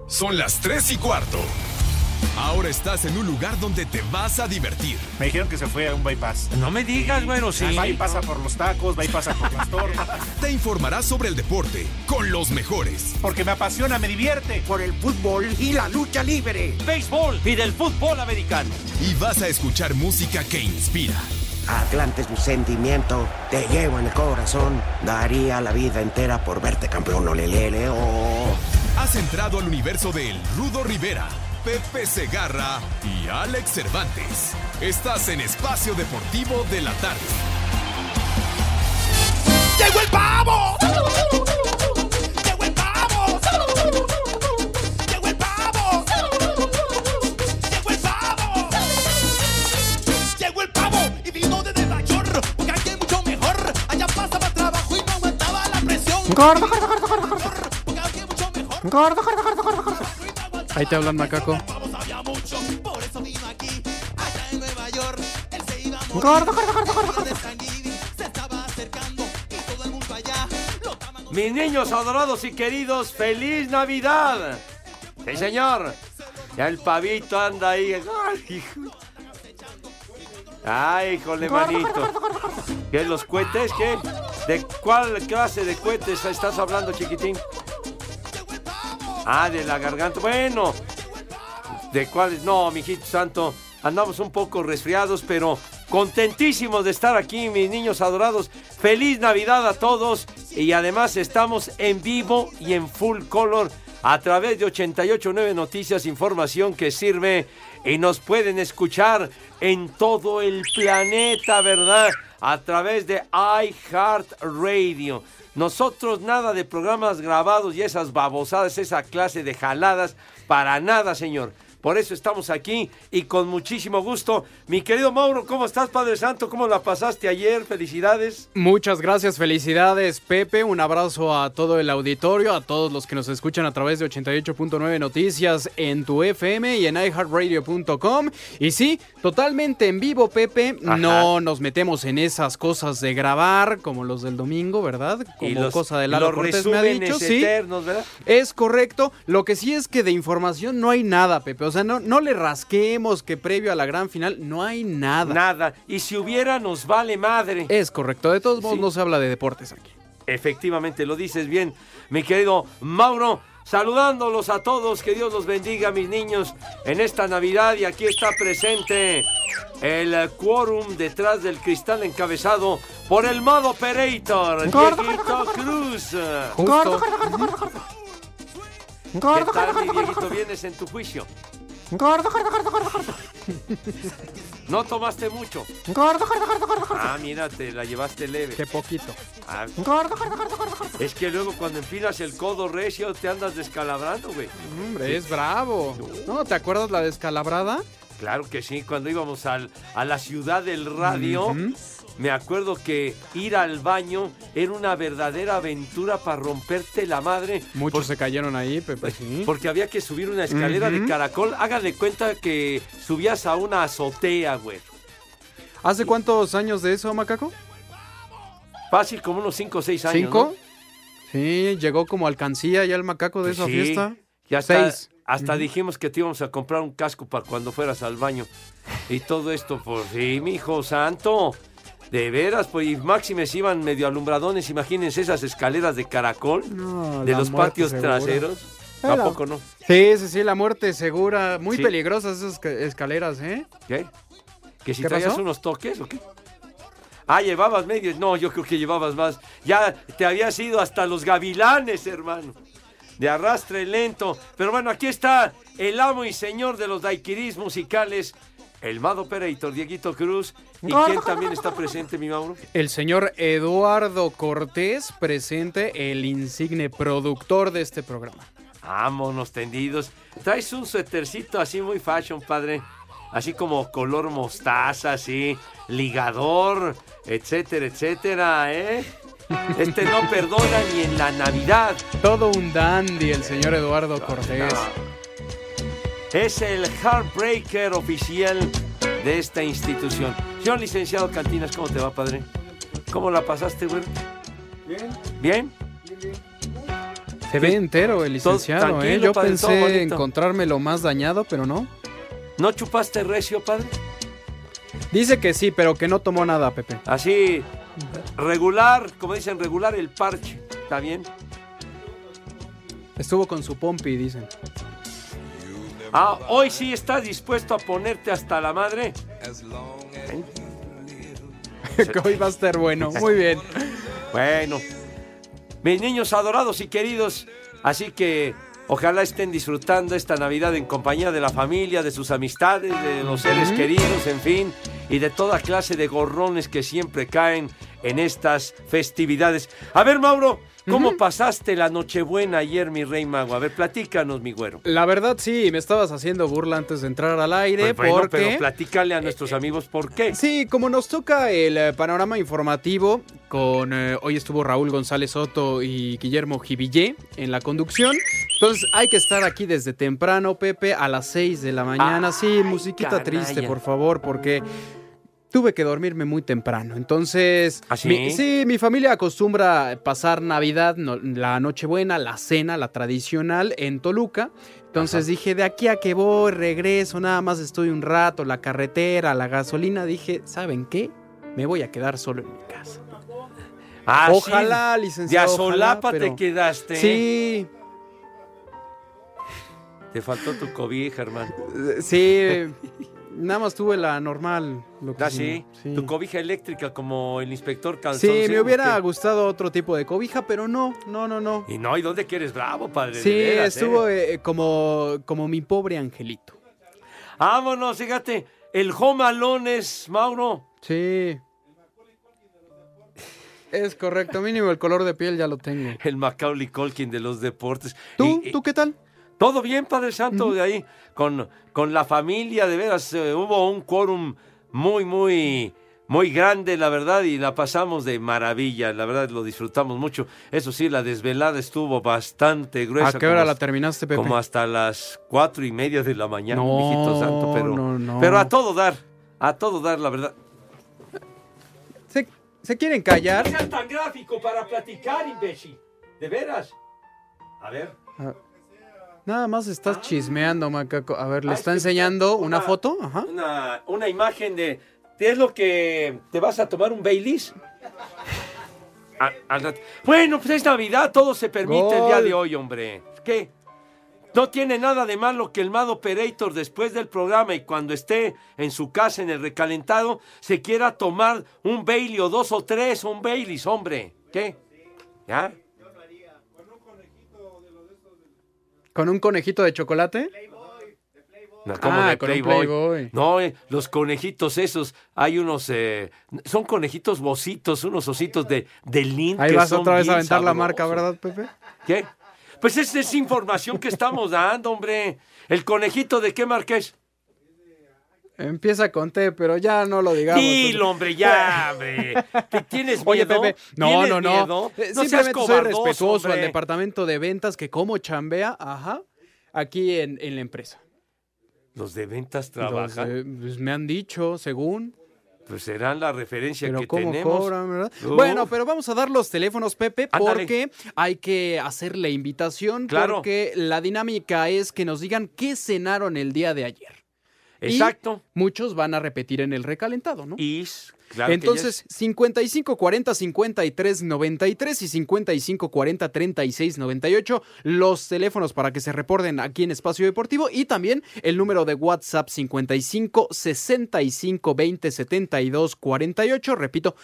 Son las 3:15. Ahora estás en un lugar donde te vas a divertir. Me dijeron que se fue a un bypass. No me digas, bueno, sí. Va y pasa por los tacos, va y pasa por las tortas. Te informarás sobre el deporte con los mejores. Porque me apasiona, me divierte. Por el fútbol y la lucha libre. Béisbol y del fútbol americano. Y vas a escuchar música que inspira. Atlante es mi sentimiento, te llevo en el corazón. Daría la vida entera por verte campeón, olelele, oh. Has entrado al universo de El Rudo Rivera, Pepe Segarra y Alex Cervantes. Estás en Espacio Deportivo de la Tarde. ¡Llegó el pavo! ¡Llegó el pavo! ¡Llegó el pavo! ¡Llegó el pavo! ¡Llegó el pavo! Y vino de Nueva York, porque aquí es mucho mejor. Allá pasaba trabajo y no aguantaba la presión. Gordo. Ahí te hablan, macaco. Gordo. Mis niños adorados y queridos, ¡feliz Navidad! Sí, señor. Ya el pavito anda ahí. Ay, híjole, manito. ¿Qué, los cohetes? ¿Qué? ¿De cuál clase de cohetes estás hablando, chiquitín? Ah, de la garganta. Bueno, ¿de cuáles? No, mijito santo, andamos un poco resfriados, pero contentísimos de estar aquí, mis niños adorados. ¡Feliz Navidad a todos! Y además estamos en vivo y en full color a través de 88.9 Noticias, información que sirve, y nos pueden escuchar en todo el planeta, ¿verdad? A través de iHeartRadio. Nosotros nada de programas grabados y esas babosadas, esa clase de jaladas, para nada, señor. Por eso estamos aquí y con muchísimo gusto. Mi querido Mauro, ¿cómo estás, Padre Santo? ¿Cómo la pasaste ayer? Felicidades. Muchas gracias, felicidades, Pepe. Un abrazo a todo el auditorio, a todos los que nos escuchan a través de 88.9 Noticias en tu FM y en iHeartRadio.com. Y sí, totalmente en vivo, Pepe. Ajá. No nos metemos en esas cosas de grabar, como los del domingo, ¿verdad? Como cosa de Lalo Cortés me ha dicho. Sí, eternos, ¿verdad? Es correcto. Lo que sí es que de información no hay nada, Pepe. O sea, no le rasquemos que previo a la gran final no hay nada. Nada. Y si hubiera, nos vale madre. Es correcto. De todos modos, sí, no se habla de deportes aquí. Efectivamente, lo dices bien, mi querido Mauro. Saludándolos a todos, que Dios los bendiga, mis niños, en esta Navidad. Y aquí está presente el quórum detrás del cristal, encabezado por el Mad Operator, Dieguito Cruz. Justo. ¿Qué tal, mi Dieguito? ¿Vienes en tu juicio? Gordo. No tomaste mucho. Gordo. Ah, mira, te la llevaste leve. Qué poquito. Ah, Gordo. es que luego cuando empinas el codo recio te andas descalabrando, güey. Hombre, es bravo. ¿No? ¿Te acuerdas la descalabrada? Claro que sí, cuando íbamos a la ciudad del radio, me acuerdo que ir al baño era una verdadera aventura para romperte la madre. Muchos se cayeron ahí, Pepe. Sí. Porque había que subir una escalera de caracol. Háganle cuenta que subías a una azotea, güey. ¿Hace cuántos años de eso, macaco? Fácil, como unos 5 o 6 años, ¿5? ¿no? Sí, llegó como alcancía ya el macaco de esa fiesta. Ya está. Hasta dijimos que te íbamos a comprar un casco para cuando fueras al baño. Y todo esto, pues sí, mi hijo santo. De veras, pues, y máximes iban medio alumbradones. Imagínense esas escaleras de caracol, de los patios segura. Traseros. Pero, ¿a poco no? Sí, la muerte segura. Muy peligrosas esas escaleras, ¿eh? ¿Qué? ¿Que si traías pasó? Unos toques o qué? Ah, llevabas medio. No, yo creo que llevabas más. Ya te habías ido hasta los Gavilanes, hermano. De arrastre lento. Pero bueno, aquí está el amo y señor de los daiquiris musicales, el Mad Operator, Dieguito Cruz. ¿Y quién también está presente, mi Mauro? El señor Eduardo Cortés, presente, el insigne productor de este programa. Vámonos tendidos. Traes un suétercito así muy fashion, padre. Así como color mostaza, así, ligador, etcétera, etcétera, ¿eh? No perdona ni en la Navidad. Todo un dandy el señor Eduardo Cortés. No. Es el Heartbreaker oficial de esta institución. Señor licenciado Cantinas, ¿cómo te va, padre? ¿Cómo la pasaste, güey? Bien. ¿Bien? Bien. Se ve entero el licenciado, tranquilo, Yo padre, todo pensé bonito. encontrarme lo más dañado, pero no. ¿No chupaste recio, padre? Dice que sí, pero que no tomó nada, Pepe. Así, regular, como dicen, regular el parche. ¿Está bien? Estuvo con su pompi, dicen. Ah, hoy sí estás dispuesto a ponerte hasta la madre. Que hoy va a estar bueno. Muy bien. Bueno, mis niños adorados y queridos, así que ojalá estén disfrutando esta Navidad en compañía de la familia, de sus amistades, de los seres queridos, en fin, y de toda clase de gorrones que siempre caen en estas festividades. A ver, Mauro, ¿cómo pasaste la Nochebuena ayer, mi rey mago? A ver, platícanos, mi güero. La verdad, sí, me estabas haciendo burla antes de entrar al aire, Pues bueno, porque... pero platícale a nuestros amigos por qué. Sí, como nos toca el panorama informativo, con hoy estuvo Raúl González Soto y Guillermo Jivillé en la conducción, entonces hay que estar aquí desde temprano, Pepe, a las 6 de la mañana. Sí, musiquita canalla. triste, por favor, porque... tuve que dormirme muy temprano, entonces... ¿Ah, sí? Mi familia acostumbra pasar Navidad, la Nochebuena, la cena, la tradicional, en Toluca. Entonces dije, de aquí a que voy, regreso, nada más estoy un rato, la carretera, la gasolina. Dije, ¿saben qué? Me voy a quedar solo en mi casa. Ah, Ojalá, sí. licenciado, De a solapa ojalá, te pero- quedaste. Sí, Te faltó tu cobija, hermano. sí, nada más tuve la normal. Ah, sí. Tu cobija eléctrica como el inspector Calzón. Sí, me hubiera ¿qué? gustado otro tipo de cobija, pero no. Y no, ¿y dónde que eres bravo, padre? Sí, De veras, estuvo como mi pobre angelito. Vámonos, fíjate. El Home Alone es, Mauro. Sí. Es correcto, mínimo el color de piel ya lo tengo. El Macaulay Culkin de los deportes. ¿Tú qué tal? Todo bien, Padre Santo, de ahí, con la familia, de veras, hubo un quórum muy grande, la verdad, y la pasamos de maravilla, la verdad, lo disfrutamos mucho. Eso sí, la desvelada estuvo bastante gruesa. ¿A qué hora la terminaste, Pepe? Como hasta las 4:30 de la mañana, No, mijito santo, no. pero a todo dar, la verdad. ¿Se quieren callar? No seas tan gráfico para platicar, imbécil, de veras. A ver. Nada más estás chismeando, macaco. A ver, ¿le Ah, está es que enseñando una foto? Ajá. Una imagen de... ¿Es lo que te vas a tomar un Baileys? Al rato. Bueno, pues es Navidad, todo se permite el día de hoy, hombre. ¿Qué? No tiene nada de malo que el Mad Operator después del programa y cuando esté en su casa en el recalentado se quiera tomar un Bailey o 2 o 3, un Baileys, hombre. ¿Qué? ¿Ya? ¿Con un conejito de chocolate? No, ¿cómo de con un Playboy? Playboy. No, los conejitos esos, hay unos, son conejitos bocitos, unos ositos de lint. Ahí que vas son otra vez a bien aventar la sabrosos. marca, ¿verdad, Pepe? ¿Qué? Pues esa es información que estamos dando, hombre. ¿El conejito de qué marca es? Empieza con T, pero ya no lo digamos. Dilo, hombre, ya, hombre. ¿Te tienes miedo? Oye, Pepe, no. ¿Tienes miedo? No seas Simplemente soy cobardoso, respetuoso al hombre. departamento de ventas que como chambea, aquí en la empresa. ¿Los de ventas trabajan? Pues me han dicho, según. Pues serán la referencia Pero que cómo tenemos. cobran, ¿verdad? Uf. Bueno, pero vamos a dar los teléfonos, Pepe, Ándale. porque hay que hacer la invitación, Claro. porque la dinámica es que nos digan qué cenaron el día de ayer. Exacto. Y muchos van a repetir en el recalentado, ¿no? Claro que Entonces, 5540-5393 y 5540-3698, los teléfonos para que se reporten aquí en Espacio Deportivo y también el número de WhatsApp 55-65-20-72-48, repito,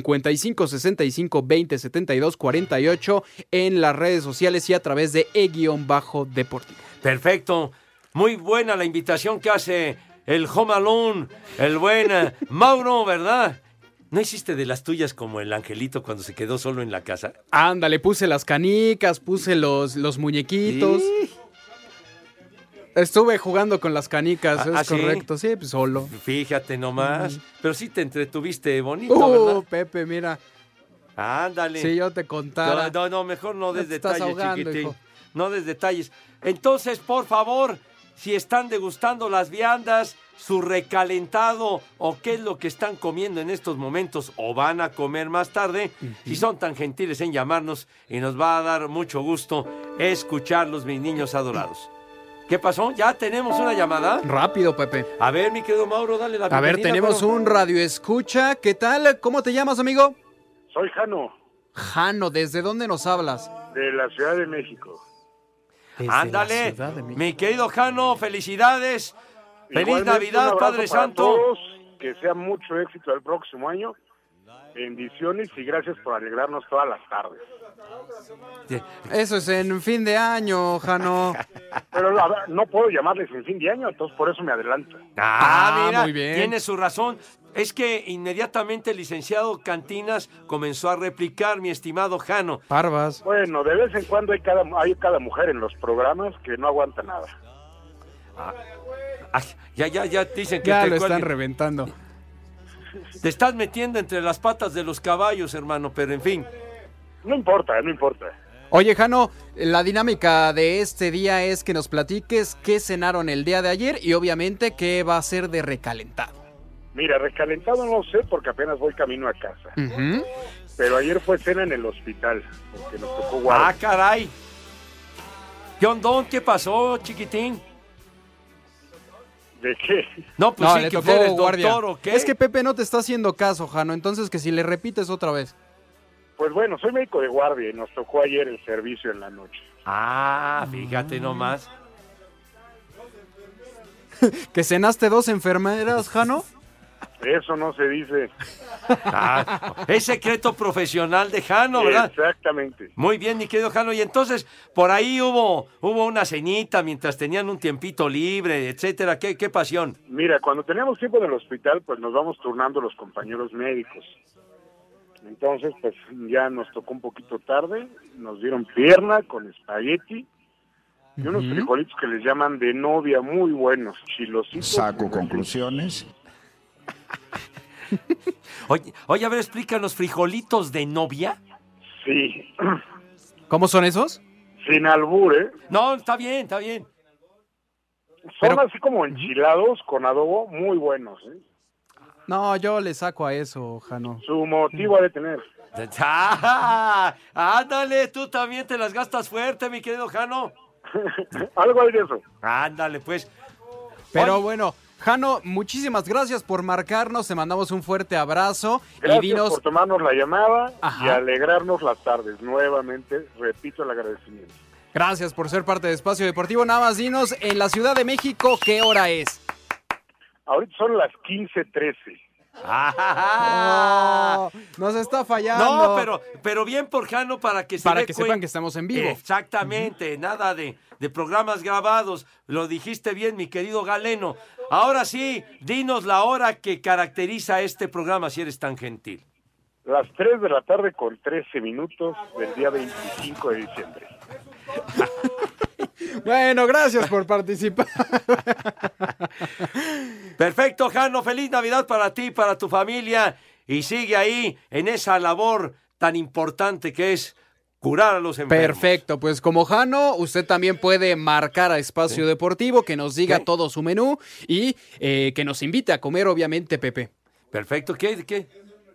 55-65-20-72-48 en las redes sociales y a través de E-Deportivo. Perfecto. Muy buena la invitación que hace el Home Alone, el buen Mauro, ¿verdad? ¿No hiciste de las tuyas como el angelito cuando se quedó solo en la casa? Ándale, puse las canicas, puse los muñequitos. Sí. Estuve jugando con las canicas, es ¿sí? correcto. Sí, pues solo. Fíjate nomás. Pero sí te entretuviste bonito, ¿verdad? Pepe, mira. Ándale. Si yo te contara. No, mejor no des te estás detalles, ahogando, chiquitín. hijo. No des detalles. Entonces, por favor, si están degustando las viandas, su recalentado o qué es lo que están comiendo en estos momentos o van a comer más tarde. Si son tan gentiles en llamarnos, y nos va a dar mucho gusto escucharlos, mis niños adorados. ¿Qué pasó? ¿Ya tenemos una llamada? Rápido, Pepe. A ver, mi querido Mauro, dale la A bienvenida. ver, tenemos un radio escucha. ¿Qué tal? ¿Cómo te llamas, amigo? Soy Jano, Jano, ¿desde dónde nos hablas? de la Ciudad de México. Desde la Ándale, Ciudad de México. mi querido Jano, felicidades. Feliz Igualmente, un Navidad, abrazo Padre para Santo. todos, que sea mucho éxito el próximo año. Bendiciones y gracias por alegrarnos todas las tardes. Eso es en fin de año, Jano. Pero la verdad, no puedo llamarles en fin de año, entonces por eso me adelanto. Mira, muy bien. tiene su razón. Es que inmediatamente el licenciado Cantinas comenzó a replicar, mi estimado Jano. Parvas. Bueno, de vez en cuando hay cada mujer en los programas que no aguanta nada. Ay, ya dicen que Ya te lo están cuelguen. reventando. Te estás metiendo entre las patas de los caballos, hermano, pero en fin. No importa. Oye, Jano, la dinámica de este día es que nos platiques qué cenaron el día de ayer y obviamente qué va a ser de recalentado. Mira, recalentado no sé porque apenas voy camino a casa. Pero ayer fue cena en el hospital, porque nos tocó guardia. Ah, caray. ¿Qué ondón? ¿Qué pasó, chiquitín? ¿De qué? No, pues No, sí, le que tocó eres guardia. doctor, ¿o qué? Es que Pepe no te está haciendo caso, Jano, entonces que si le repites otra vez. Pues bueno, soy médico de guardia y nos tocó ayer el servicio en la noche. Ah, fíjate nomás. ¿Que cenaste 2 enfermeras, Jano? Eso no se dice. Es secreto profesional de Jano, ¿verdad? Exactamente. Muy bien, mi querido Jano. Y entonces, por ahí hubo una cenita mientras tenían un tiempito libre, etcétera. ¿Qué pasión? Mira, cuando teníamos tiempo en el hospital, pues nos vamos turnando los compañeros médicos. Entonces, pues ya nos tocó un poquito tarde, nos dieron pierna con espagueti y unos frijolitos que les llaman de novia, muy buenos, chilositos. Saco conclusiones. Oye, a ver, explícanos, ¿frijolitos de novia? Sí, ¿Cómo son esos? sin albur, ¿eh? No, está bien. Son Pero- así como enchilados con adobo, muy buenos, ¿eh? No, yo le saco a eso, Jano. Su motivo ha de tener. ¡Ah! Ándale, tú también te las gastas fuerte, mi querido Jano. Algo hay de eso. Ándale, pues. Pero Oye, bueno, Jano, muchísimas gracias por marcarnos, te mandamos un fuerte abrazo Gracias y dinos... por tomarnos la llamada Ajá. y alegrarnos las tardes. Nuevamente, repito el agradecimiento. Gracias por ser parte de Espacio Deportivo. Nada más dinos, en la Ciudad de México, ¿qué hora es? Ahorita son las 15:13. ¡Ah! Nos está fallando. No, pero bien por Jano para que se Para dé que sepan cuenta. que estamos en vivo. Exactamente, nada de programas grabados. Lo dijiste bien, mi querido Galeno. Ahora sí, dinos la hora que caracteriza este programa, si eres tan gentil. Las 3 de la tarde con 13 minutos del día 25 de diciembre. Bueno, gracias por participar. Perfecto, Jano. Feliz Navidad para ti, para tu familia. Y sigue ahí en esa labor tan importante que es curar a los enfermos. Perfecto, pues como Jano, usted también puede marcar a Espacio Deportivo, que nos diga todo su menú y que nos invite a comer, obviamente, Pepe. Perfecto. ¿Qué?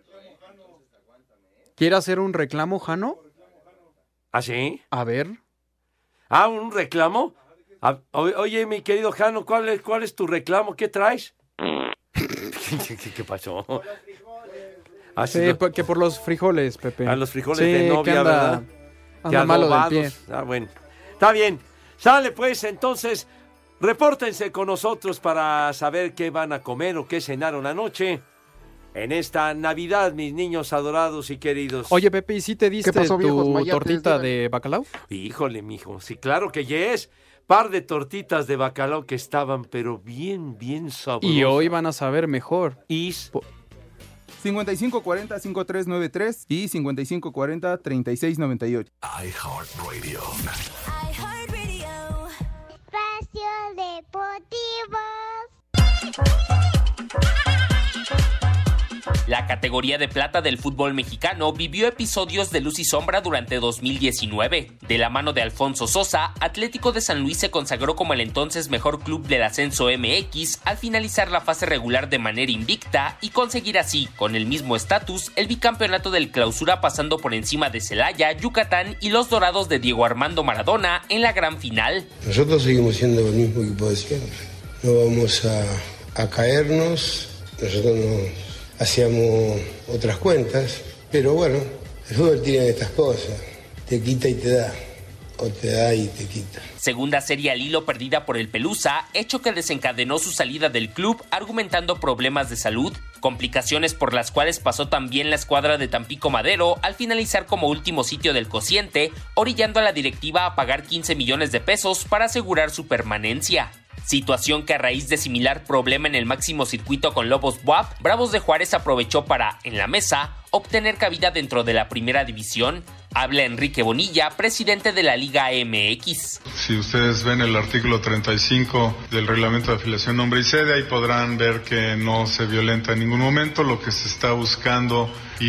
¿Quiere hacer un reclamo, Jano? ¿Ah, sí? A ver. Ah, ¿un reclamo? Oye, mi querido Jano, ¿cuál es tu reclamo? ¿Qué traes? ¿Qué pasó? Ah, sí, Sí, que por los frijoles, Pepe. a los frijoles Sí, de que novia, anda, ¿verdad? anda Que malo del adobados. pie. Ah, bueno. Está bien. Sale pues, entonces, repórtense con nosotros para saber qué van a comer o qué cenaron anoche en esta Navidad, mis niños adorados y queridos. Oye, Pepe, ¿y si te diste pasó, viejos tu mayates? tortita Dígame. de bacalao? Híjole, mijo. Sí, claro que yes. Par de tortitas de bacalao que estaban, pero bien sabrosas. Y hoy van a saber mejor. 5540-5393 y 5540-3698. iHeartRadio. Espacio Deportivo. La categoría de plata del fútbol mexicano vivió episodios de luz y sombra durante 2019. De la mano de Alfonso Sosa, Atlético de San Luis se consagró como el entonces mejor club del ascenso MX al finalizar la fase regular de manera invicta y conseguir así, con el mismo estatus, el bicampeonato del Clausura, pasando por encima de Celaya, Yucatán y los Dorados de Diego Armando Maradona en la gran final. Nosotros seguimos siendo el mismo equipo de siempre. No vamos a caernos. Nosotros nos hacíamos otras cuentas, pero bueno, el fútbol tiene estas cosas, te quita y te da, o te da y te quita. Segunda serie al hilo perdida por el Pelusa, hecho que desencadenó su salida del club argumentando problemas de salud, complicaciones por las cuales pasó también la escuadra de Tampico Madero al finalizar como último sitio del cociente, orillando a la directiva a pagar 15 millones de pesos para asegurar su permanencia. Situación que a raíz de similar problema en el máximo circuito con Lobos BUAP, Bravos de Juárez aprovechó para, en la mesa, obtener cabida dentro de la primera división. Habla Enrique Bonilla, presidente de la Liga MX. Si ustedes ven el artículo 35 del reglamento de afiliación nombre y sede, ahí podrán ver que no se violenta en ningún momento. Lo que se está buscando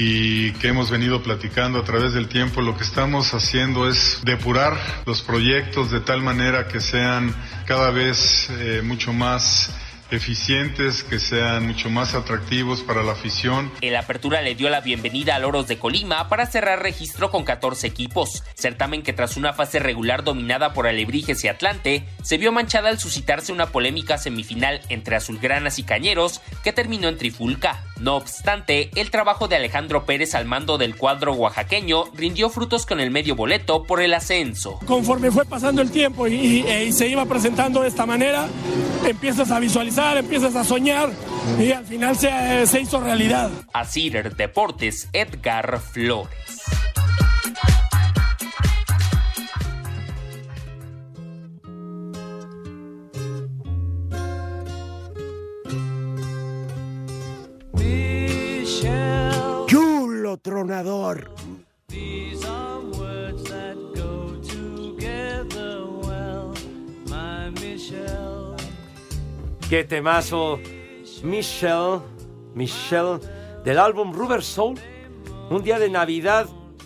y que hemos venido platicando a través del tiempo, lo que estamos haciendo es depurar los proyectos de tal manera que sean cada vez mucho más eficientes, que sean mucho más atractivos para la afición. El Apertura le dio la bienvenida a Loros de Colima para cerrar registro con 14 equipos, certamen que tras una fase regular dominada por Alebrijes y Atlante, se vio manchada al suscitarse una polémica semifinal entre Azulgranas y Cañeros que terminó en trifulca. No obstante, el trabajo de Alejandro Pérez al mando del cuadro oaxaqueño rindió frutos con el medio boleto por el ascenso. Conforme fue pasando el tiempo y se iba presentando de esta manera, empiezas a visualizar, empiezas a soñar y al final se hizo realidad. Asir Deportes, Edgar Flores. Chulo tronador. Qué temazo, Michelle, del álbum Rubber Soul, un día de Navidad,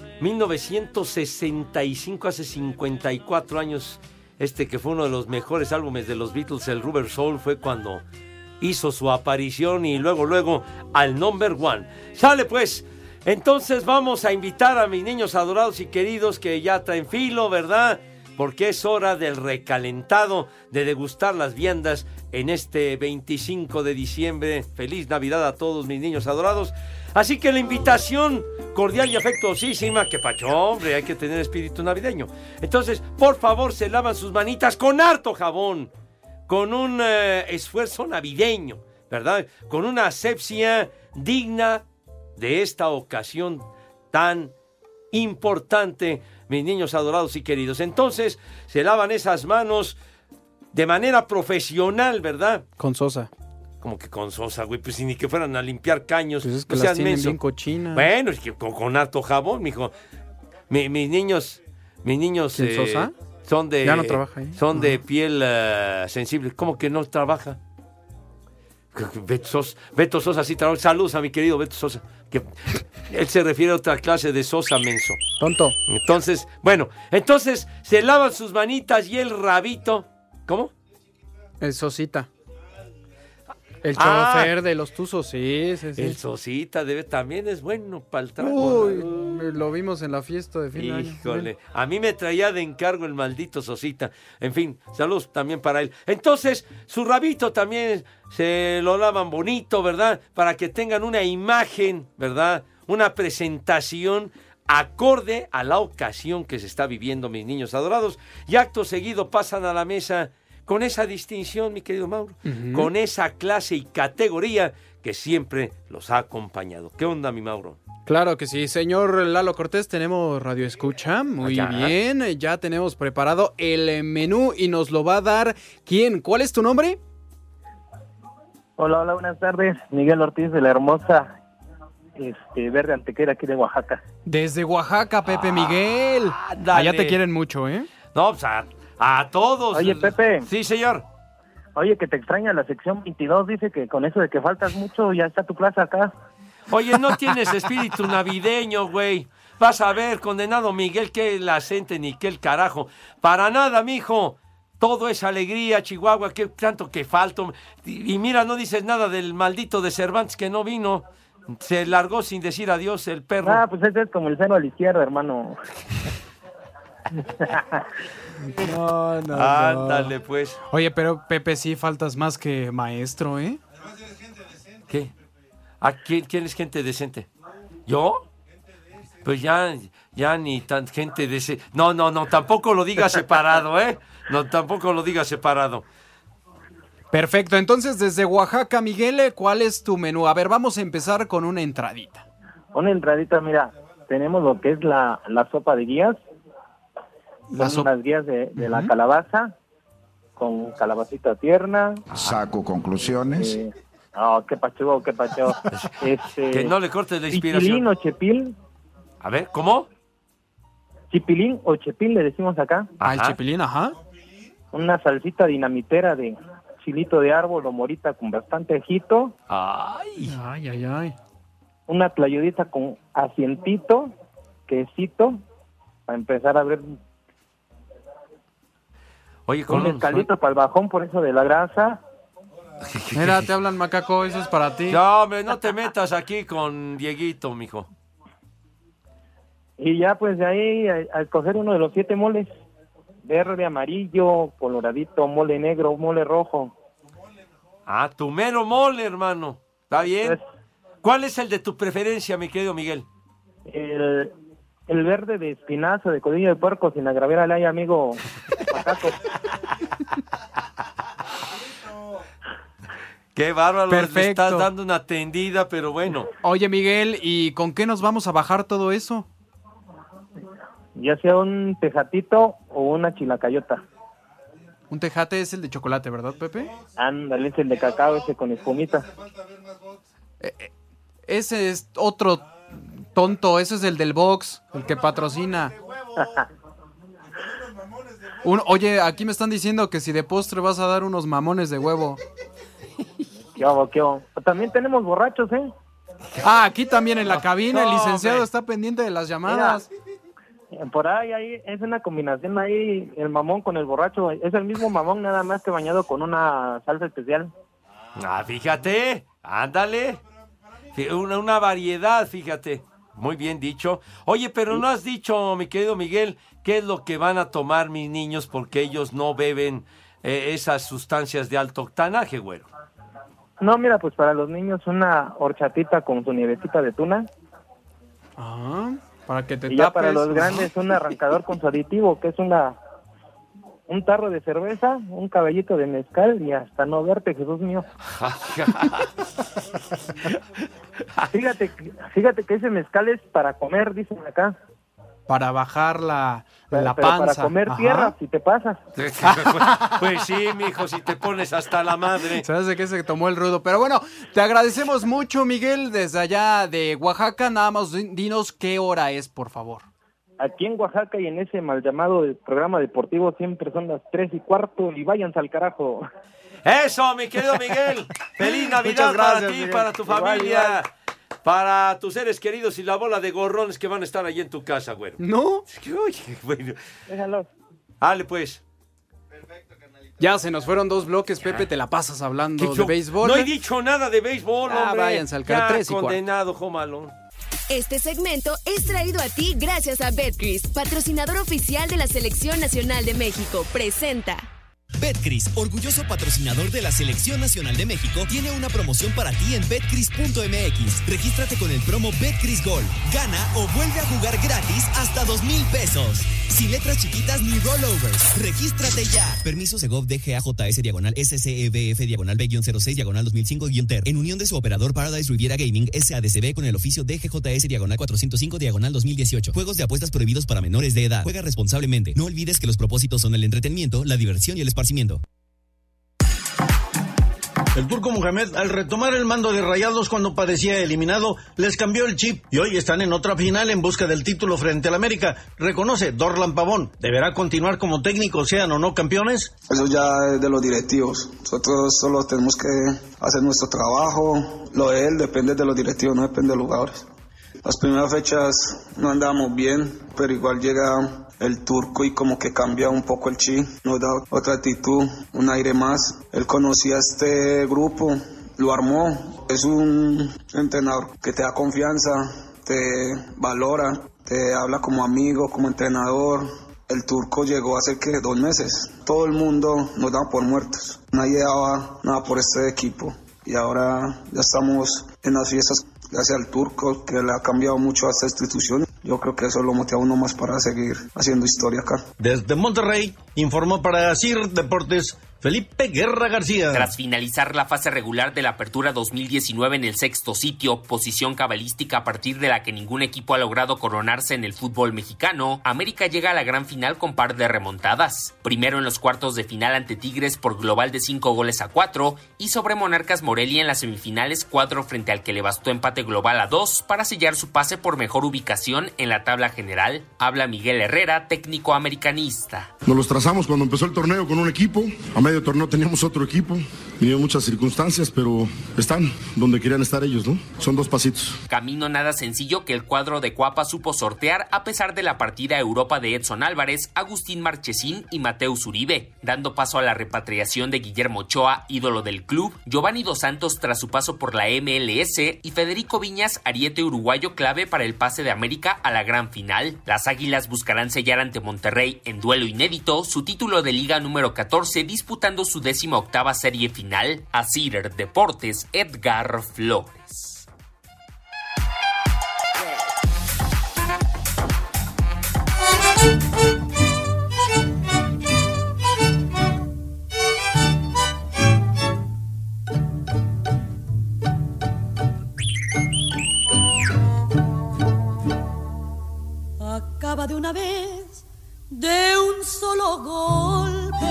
1965, hace 54 años, que fue uno de los mejores álbumes de los Beatles, el Rubber Soul, fue cuando hizo su aparición y luego al number one. Sale pues, entonces vamos a invitar a mis niños adorados y queridos que ya traen filo, ¿verdad? Porque es hora del recalentado, de degustar las viandas en este 25 de diciembre. Feliz Navidad a todos mis niños adorados. Así que la invitación cordial y afectuosísima, que pacho, hombre, hay que tener espíritu navideño. Entonces, por favor, se lavan sus manitas con harto jabón, con un esfuerzo navideño, ¿verdad? Con una asepsia digna de esta ocasión tan importante, mis niños adorados y queridos. Entonces, se lavan esas manos de manera profesional, ¿verdad? Con Sosa. Como que con Sosa, güey, pues ni que fueran a limpiar caños. Pues es que no las sean tienen menso. bien cochinas. Bueno, es que con harto jabón, mijo. Mis niños ¿Sosa? son de... Ya no trabaja ahí. Son de piel sensible. ¿Cómo que no trabaja? Beto Sosa sí trabaja. Saludos a mi querido Beto Sosa. Que él se refiere a otra clase de Sosa, menso. Tonto. Entonces se lavan sus manitas y el rabito. ¿Cómo? El Sosita. El chofer de los Tuzos, sí. El Sosita también es bueno para el trago. Uy, lo vimos en la fiesta de fin de año. Híjole, a mí me traía de encargo el maldito Sosita. En fin, saludos también para él. Entonces, su rabito también se lo lavan bonito, ¿verdad? Para que tengan una imagen, ¿verdad? Una presentación acorde a la ocasión que se está viviendo, mis niños adorados. Y acto seguido pasan a la mesa con esa distinción, mi querido Mauro, con esa clase y categoría que siempre los ha acompañado. ¿Qué onda, mi Mauro? Claro que sí, señor Lalo Cortés, tenemos Radio Escucha, muy bien, ya tenemos preparado el menú y nos lo va a dar ¿quién? ¿Cuál es tu nombre? Hola, buenas tardes, Miguel Ortiz de la hermosa Verde Antequera aquí de Oaxaca. Desde Oaxaca, Pepe Miguel. Dale. Allá te quieren mucho, ¿eh? No, pues a todos. Oye, Pepe. Sí, señor. Oye, que te extraña la sección 22, dice que con eso de que faltas mucho, ya está tu plaza acá. Oye, no tienes espíritu navideño, güey. Vas a ver, condenado Miguel, que la gente ni que el carajo. Para nada, mijo. Todo es alegría, Chihuahua, qué tanto que falto. Y mira, no dices nada del maldito de Cervantes que no vino. Se largó sin decir adiós el perro. Ah, pues ese es como el cero a la izquierda, hermano. No. Ándale, pues. Oye, pero Pepe, sí faltas más que maestro, ¿eh? ¿Qué? ¿A quién es gente decente? ¿Yo? Pues ya ni tan gente decente. No, tampoco lo digas separado, ¿eh? No, tampoco lo digas separado. Perfecto, entonces desde Oaxaca, Miguel, ¿cuál es tu menú? A ver, vamos a empezar con una entradita. Una entradita, mira, tenemos lo que es la sopa de guías. Son unas guías de la calabaza, con calabacita tierna. Saco conclusiones. Qué pacho. Que no le cortes la inspiración. Chipilín o chepil. A ver, ¿cómo? Chipilín o chepil le decimos acá. El chipilín, ajá. Una salsita dinamitera de chilito de árbol o morita con bastante ajito. Ay. Una tlayudita con asientito, quesito, para empezar a ver. Oye, con un mezcalito para el bajón, por eso de la grasa. Mira, te hablan, macaco, eso es para ti. No, hombre, no te metas aquí con Dieguito, mijo. Y ya, pues, de ahí, a escoger uno de los 7 moles. Verde, amarillo, coloradito, mole negro, mole rojo. Tu mero mole, hermano. ¿Está bien? Pues, ¿cuál es el de tu preferencia, mi querido Miguel? El verde de espinazo, de codillo de puerco, sin agraviar al amigo Pacaco. Qué bárbaro, Perfecto. le estás dando una tendida, pero bueno. Oye, Miguel, ¿y con qué nos vamos a bajar todo eso? Ya sea un tejatito o una chilacayota. Un tejate es el de chocolate, ¿verdad, Pepe? Ándale, es el de cacao, ese con espumita. Ese es otro tonto, ese es el del box, el que patrocina. Oye, aquí me están diciendo que si de postre vas a dar unos mamones de huevo. ¿Qué hago? También tenemos borrachos, ¿eh? Aquí también en la cabina, el licenciado está pendiente de las llamadas. Mira, por ahí es una combinación ahí, el mamón con el borracho. Es el mismo mamón, nada más que bañado con una salsa especial. Fíjate, ándale. Una variedad, fíjate. Muy bien dicho. Oye, pero no has dicho, mi querido Miguel, qué es lo que van a tomar mis niños porque ellos no beben esas sustancias de alto octanaje, güero. No, mira, pues para los niños una horchatita con su nievecita de tuna. Para que te y tapes. Ya para los grandes un arrancador con su aditivo, que es un tarro de cerveza, un caballito de mezcal y hasta no verte, Jesús mío. Fíjate que ese mezcal es para comer, dicen acá. Para bajar la panza. Para comer tierra, si te pasas. Pues sí, mijo, si te pones hasta la madre. ¿Sabes de qué se tomó el rudo? Pero bueno, te agradecemos mucho, Miguel, desde allá de Oaxaca. Nada más dinos qué hora es, por favor. Aquí en Oaxaca y en ese mal llamado programa deportivo siempre son las 3:15 y váyanse al carajo. Eso, mi querido Miguel. Feliz Navidad para ti, Miguel. Para tu familia. Igual. Para tus seres queridos y la bola de gorrones que van a estar ahí en tu casa, güero. ¿No? Oye, bueno. Déjalo. Dale, pues. Ya se nos fueron 2 bloques, Pepe, te la pasas hablando de béisbol. No he dicho nada de béisbol, hombre. Váyanse al cara 3 y condenado, Jomalón. Este segmento es traído a ti gracias a Betcris, patrocinador oficial de la Selección Nacional de México. Presenta. Betcris, orgulloso patrocinador de la Selección Nacional de México, tiene una promoción para ti en betcris.mx. Regístrate con el promo Betcris Gol. Gana o vuelve a jugar gratis hasta 2,000 pesos. Sin letras chiquitas ni rollovers. Regístrate ya. Permiso Segov DGAJS-SCEBF-B-06-B-2005-TER. En unión de su operador Paradise Riviera Gaming SADCB con el oficio DGJS-405-2018. Juegos de apuestas prohibidos para menores de edad. Juega responsablemente. No olvides que los propósitos son el entretenimiento, la diversión y el esparcimiento. El Turco Mohamed, al retomar el mando de Rayados cuando parecía eliminado, les cambió el chip y hoy están en otra final en busca del título frente al América. Reconoce Dorlan Pavón, ¿deberá continuar como técnico, sean o no campeones? Eso ya es de los directivos. Nosotros solo tenemos que hacer nuestro trabajo. Lo de él depende de los directivos, no depende de los jugadores. Las primeras fechas no andábamos bien, pero igual llega el Turco y como que cambia un poco el chi, nos da otra actitud, un aire más. Él conocía este grupo, lo armó. Es un entrenador que te da confianza, te valora, te habla como amigo, como entrenador. El Turco llegó hace 2 meses. Todo el mundo nos daba por muertos. Nadie daba nada por este equipo. Y ahora ya estamos en las fiestas gracias al Turco, que le ha cambiado mucho a esta institución. Yo creo que eso lo motiva a uno más para seguir haciendo historia acá. Desde Monterrey, informó para CIR Deportes Felipe Guerra García. Tras finalizar la fase regular de la Apertura 2019 en el 6º sitio, posición cabalística a partir de la que ningún equipo ha logrado coronarse en el fútbol mexicano, América llega a la gran final con par de remontadas. Primero en los cuartos de final ante Tigres por global de 5-4 y sobre Monarcas Morelia en las semifinales 4 frente al que le bastó empate global a 2 para sellar su pase por mejor ubicación en la tabla general. Habla Miguel Herrera, técnico americanista. Nos los trazamos cuando empezó el torneo con un equipo. A medio torneo teníamos otro equipo, vinieron muchas circunstancias, pero están donde querían estar ellos, ¿no? Son 2 pasitos. Camino nada sencillo que el cuadro de Cuapa supo sortear a pesar de la partida a Europa de Edson Álvarez, Agustín Marchesín y Mateus Uribe, dando paso a la repatriación de Guillermo Ochoa, ídolo del club, Giovanni Dos Santos tras su paso por la MLS y Federico Viñas, ariete uruguayo clave para el pase de América a la gran final. Las Águilas buscarán sellar ante Monterrey en duelo inédito su título de Liga número 14 disputando su 18ª serie final. A CIR Deportes, Edgar Flores. Acaba de una vez, de un solo golpe.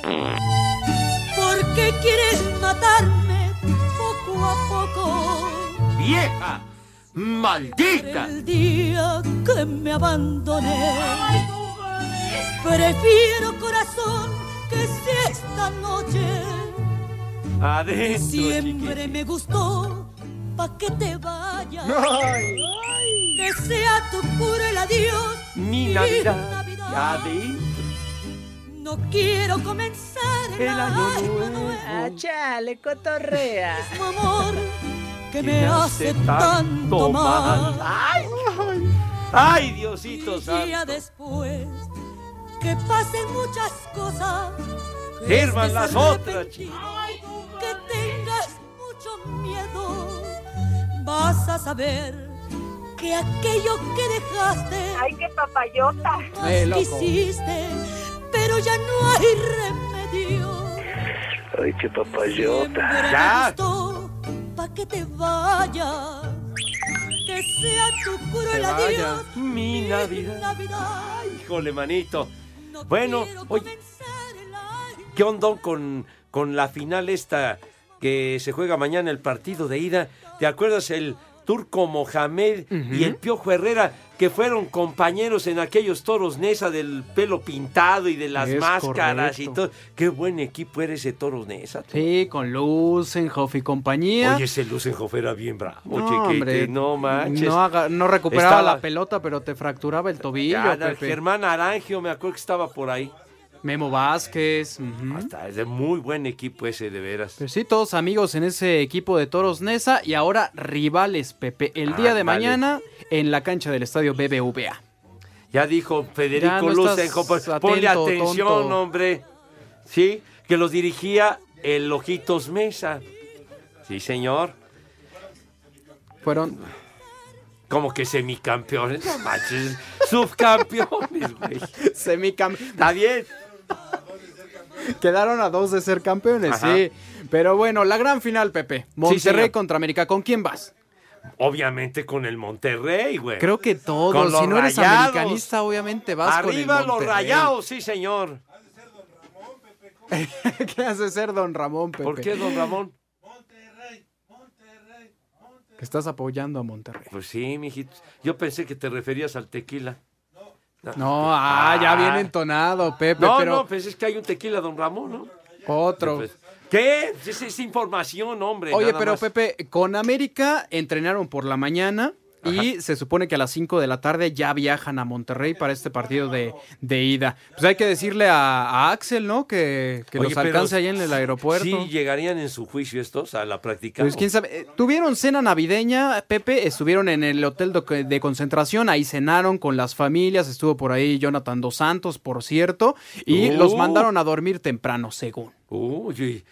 ¿Por qué quieres matarme poco a poco? ¡Vieja! ¡Maldita! El día que me abandoné, prefiero, corazón, que sea esta noche. Adentro, Siempre chiquitito. me gustó, pa' que te vayas. Ay. Que sea tu cruel adiós. Mi Navidad. Adentro. No quiero comenzar el año nuevo. Ah, chale, cotorrea. Mismo amor que me hace tanto mal. Ay, ay, Diosito Y ya santo. después que pasen muchas cosas, Sirvan las otras, arrepentido, que tengas mucho miedo, vas a saber que aquello que dejaste, ay, qué papayota, loco, quisiste, pero ya no hay remedio. Ay, qué papayota. Ya. Pa' que te vayas, que sea tu cruel adiós. Mi Navidad. Ay, híjole, manito. Bueno, oye, ¿qué onda con la final esta que se juega mañana, el partido de ida? ¿Te acuerdas el Turco Mohamed y el Piojo Herrera, que fueron compañeros en aquellos Toros Neza del pelo pintado y de las Es máscaras correcto. y todo? Qué buen equipo era ese Toros Neza. Sí, con Lusenhoff y compañía. Oye, ese Lusenhoff era bien bravo, No, chiquete, hombre, no manches. No recuperaba Estaba- la pelota, pero te fracturaba el tobillo, Ya, Pepe. Germán Arangio, me acuerdo que estaba por ahí. Memo Vázquez. Es de muy buen equipo ese, de veras. Pues sí, todos amigos en ese equipo de Toros Neza y ahora rivales, Pepe. El día de Ándale. mañana en la cancha del estadio BBVA. Ya dijo Federico Ya no Lusenhoff, estás pues, ponle atento, atención, tonto. hombre. Sí, que los dirigía el Ojitos Mesa. Sí, señor. Fueron... Como que semicampeones, no manches. Subcampeones, güey. Semicampeones. Está bien. Quedaron a 2 de ser campeones, Ajá. sí. Pero bueno, la gran final, Pepe. Monterrey señor. contra América. ¿Con quién vas? Obviamente con el Monterrey, güey. Creo que Con todos. los Si no eres Rayados. americanista, obviamente vas con el Arriba los Monterrey. Rayados, sí, señor. ¿Qué hace ser don Ramón, Pepe? ¿Por qué, don Ramón? Que estás apoyando a Monterrey. Pues sí, mijito. Yo pensé que te referías al tequila. No, ya bien entonado, Pepe. No, pues es que hay un tequila, don Ramón, ¿no? Otro. Pues, ¿qué? Es información, hombre. Oye, nada pero más. Pepe, con América entrenaron por la mañana y se supone que a las 5 de la tarde ya viajan a Monterrey para este partido de ida. Pues hay que decirle a Axel, ¿no? Que los alcance ahí en el aeropuerto. Sí, llegarían en su juicio estos a la práctica. Pues quién sabe. Tuvieron cena navideña, Pepe, estuvieron en el hotel de concentración, ahí cenaron con las familias, estuvo por ahí Jonathan Dos Santos, por cierto, y los mandaron a dormir temprano, según. Uy,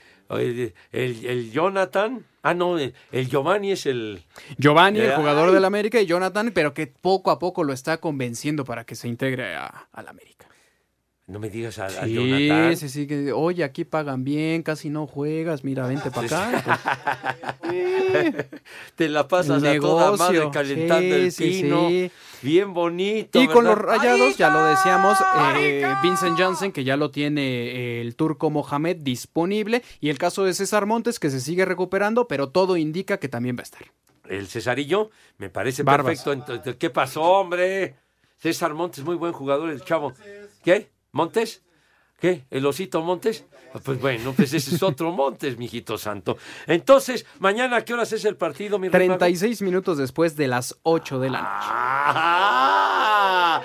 el Jonathan... no, el Giovanni es el... Giovanni, el jugador del América, y Jonathan, pero que poco a poco lo está convenciendo para que se integre al América. No me digas a Jonathan. Sí, que oye, aquí pagan bien, casi no juegas, mira, vente para acá. Te la pasas a toda madre calentando el pino. Sí. Bien bonito, Y ¿verdad? con los Rayados, ya lo decíamos, Vincent Janssen, que ya lo tiene el turco Mohamed disponible, y el caso de César Montes, que se sigue recuperando, pero todo indica que también va a estar. El Cesarillo, me parece Barbas. perfecto. Entonces, ¿qué pasó, hombre? César Montes, muy buen jugador, el chavo. ¿Qué? ¿Montes? ¿Qué? ¿El osito Montes? Pues bueno, pues ese es otro Montes, mijito santo. Entonces, mañana, ¿a qué horas es el partido, mi 36 minutos después de las 8 de la noche. ¡Ah!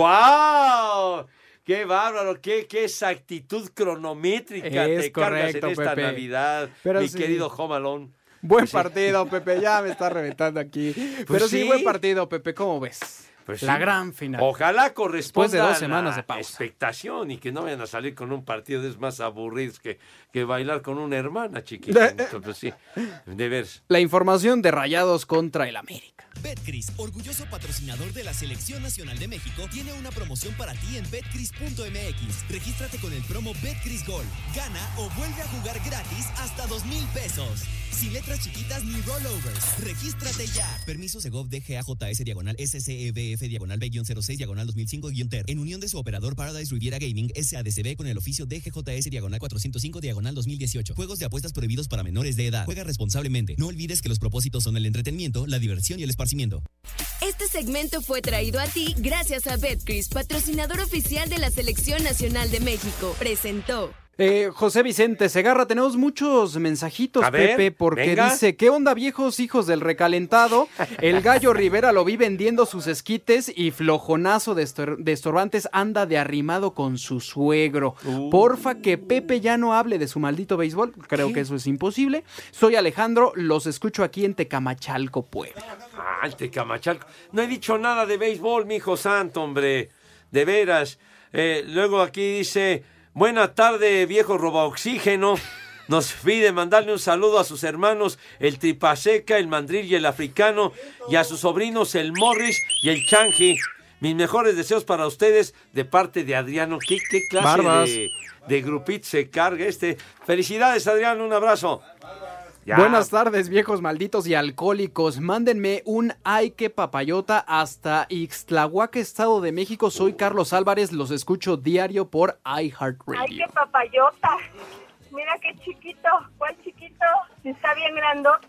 ¡Wow! ¡Qué bárbaro! ¡Qué exactitud cronométrica Es te cargas en correcto, esta Pepe. Navidad, Pero mi sí. querido Home Alone! Buen partido, Pepe, ya me está reventando aquí. Pero sí, buen partido, Pepe, ¿cómo ves? Pues la sí. gran final. Ojalá corresponda Después de 2 a semanas la de pausa. expectación y que no vayan a salir con un partido de más aburridos que bailar con una hermana, chiquita. Pues sí, de ver. La información de Rayados contra el América. Betcris, orgulloso patrocinador de la Selección Nacional de México, tiene una promoción para ti en betcris.mx. Regístrate con el promo Betcris Gol. Gana o vuelve a jugar gratis hasta 2,000 pesos. Sin letras chiquitas ni rollovers. Regístrate ya. Permiso Segov DGAJS /SCEBF B-06 2005-TER. En unión de su operador Paradise Riviera Gaming SADCB con el oficio DGJS /405 2018. Juegos de apuestas prohibidos para menores de edad. Juega responsablemente. No olvides que los propósitos son el entretenimiento, la diversión y el esparcimiento. Este segmento fue traído a ti gracias a Betcris, patrocinador oficial de la Selección Nacional de México. Presentó. José Vicente Segarra, tenemos muchos mensajitos, A ver, Pepe, porque venga. dice, ¿qué onda, viejos hijos del recalentado? El Gallo Rivera lo vi vendiendo sus esquites y flojonazo de estorbantes anda de arrimado con su suegro. Porfa, que Pepe ya no hable de su maldito béisbol, creo que eso es imposible. Soy Alejandro, los escucho aquí en Tecamachalco, Puebla. Ah, Tecamachalco. No he dicho nada de béisbol, mijo santo, hombre. De veras. Luego aquí dice... Buena tarde, viejo robaoxígeno. Nos pide mandarle un saludo a sus hermanos, el Tripaseca, el Mandril y el Africano, y a sus sobrinos, el Morris y el Changi. Mis mejores deseos para ustedes de parte de Adriano. ¿Qué clase de grupito se carga este? Felicidades, Adriano, un abrazo. Ya. Buenas tardes, viejos malditos y alcohólicos. Mándenme un ay que papayota hasta Ixtlahuaca, Estado de México. Soy Carlos Álvarez, los escucho diario por iHeartRadio. Ay, qué papayota. Mira qué chiquito. ¿Cuál chiquito? Está bien grandote.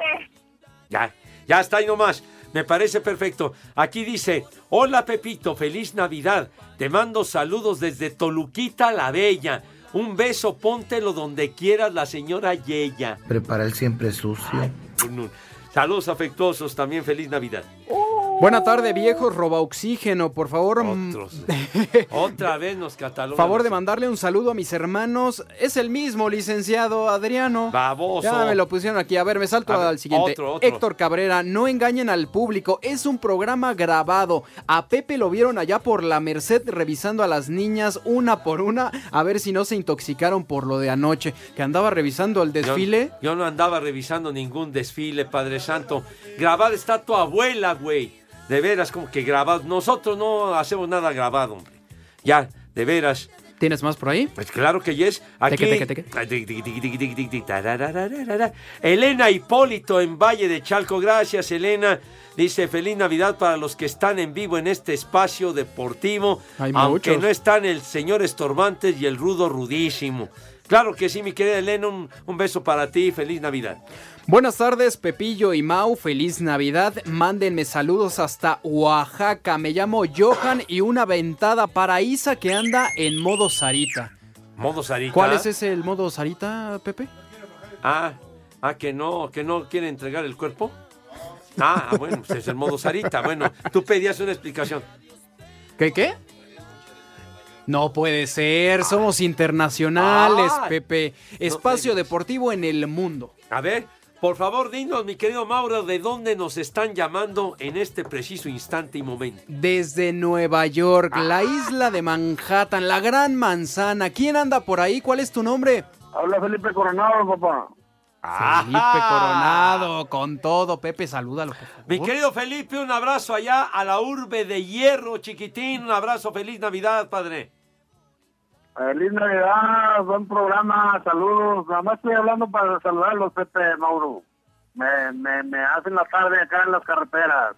Ya está ahí nomás. Me parece perfecto. Aquí dice, hola Pepito, feliz Navidad. Te mando saludos desde Toluquita la Bella. Un beso, póntelo donde quieras, la señora Yeya. Prepara el siempre sucio. Saludos afectuosos, también feliz Navidad. Buena tarde, viejos robaoxígeno, por favor. Otra vez nos catalogan. Favor de mandarle un saludo a mis hermanos. Es el mismo, licenciado Adriano. Baboso. Ya me lo pusieron aquí. A ver, me salto al siguiente. Otro. Héctor Cabrera, no engañen al público. Es un programa grabado. A Pepe lo vieron allá por la Merced revisando a las niñas una por una. A ver si no se intoxicaron por lo de anoche. Que andaba revisando el desfile. Yo no andaba revisando ningún desfile, Padre Santo. Grabada está tu abuela, güey. De veras, como que grabado. Nosotros no hacemos nada grabado, hombre. Ya, de veras. ¿Tienes más por ahí? Pues claro que yes. Aquí. Elena Hipólito en Valle de Chalco. Gracias, Elena. Dice, feliz Navidad para los que están en vivo en este espacio deportivo. Hay aunque muchos. no están el señor Estorbantes y el Rudo Rudísimo. Claro que sí, mi querida Elena, un beso para ti, feliz Navidad. Buenas tardes, Pepillo y Mau, feliz Navidad. Mándenme saludos hasta Oaxaca. Me llamo Johan y una ventada para Isa que anda en modo Sarita. ¿Modo Sarita? ¿Cuál es ese el modo Sarita, Pepe? Que no quiere entregar el cuerpo. Bueno, pues es el modo Sarita. Bueno, tú pedías una explicación. ¿Qué? No puede ser, somos internacionales, Pepe. Espacio deportivo en el mundo. A ver, por favor, dinos, mi querido Mauro, ¿de dónde nos están llamando en este preciso instante y momento? Desde Nueva York, la isla de Manhattan, la gran manzana. ¿Quién anda por ahí? ¿Cuál es tu nombre? Habla Felipe Coronado, papá. Felipe Coronado, con todo. Pepe, salúdalo, por favor. Mi querido Felipe, un abrazo allá a la urbe de Hierro, chiquitín. Un abrazo, feliz Navidad, padre. Feliz Navidad, buen programa, saludos. Nada más estoy hablando para saludarlos, Pepe, Mauro. Me hacen la tarde acá en las carreteras.